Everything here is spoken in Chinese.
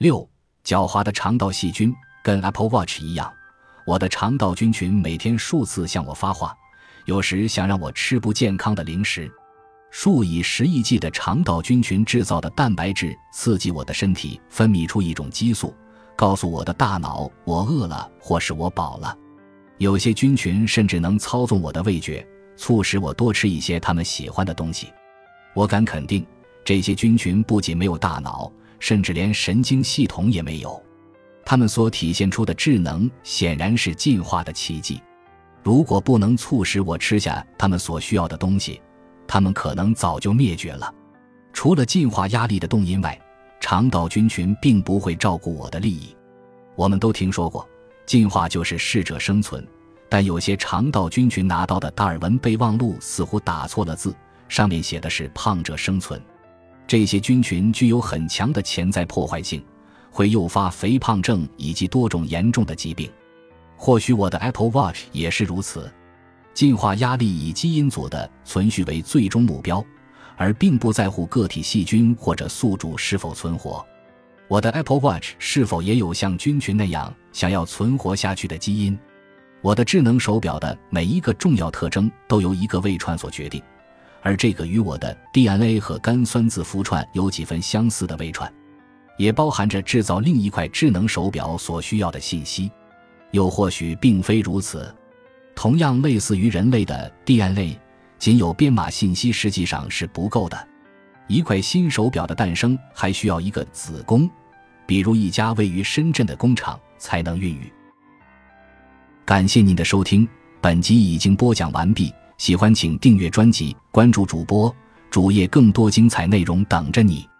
6. 狡猾的肠道细菌。跟 Apple Watch 一样，我的肠道菌群每天数次向我发话，有时想让我吃不健康的零食。数以10亿计的肠道菌群制造的蛋白质刺激我的身体分泌出一种激素，告诉我的大脑我饿了或是我饱了。有些菌群甚至能操纵我的味觉，促使我多吃一些他们喜欢的东西。我敢肯定，这些菌群不仅没有大脑，甚至连神经系统也没有。它们所体现出的智能显然是进化的奇迹。如果不能促使我吃下它们所需要的东西，它们可能早就灭绝了。除了进化压力的动因外，肠道菌群并不会照顾我的利益。我们都听说过，进化就是适者生存，但有些肠道菌群拿到的达尔文备忘录似乎打错了字，上面写的是胖者生存。这些菌群具有很强的潜在破坏性，会诱发肥胖症以及多种严重的疾病。或许我的 Apple Watch 也是如此。进化压力以基因组的存续为最终目标，而并不在乎个体细菌或者宿主是否存活。我的 Apple Watch 是否也有像菌群那样想要存活下去的基因？我的智能手表的每一个重要特征都由一个胃串所决定，而这个与我的 DNA 和甘酸字符串有几分相似的胃串，也包含着制造另一块智能手表所需要的信息。又或许并非如此，同样类似于人类的 DNA， 仅有编码信息实际上是不够的。一块新手表的诞生还需要一个子宫，比如一家位于深圳的工厂才能孕育。感谢您的收听，本集已经播讲完毕，喜欢请订阅专辑，关注主播，主页更多精彩内容等着你。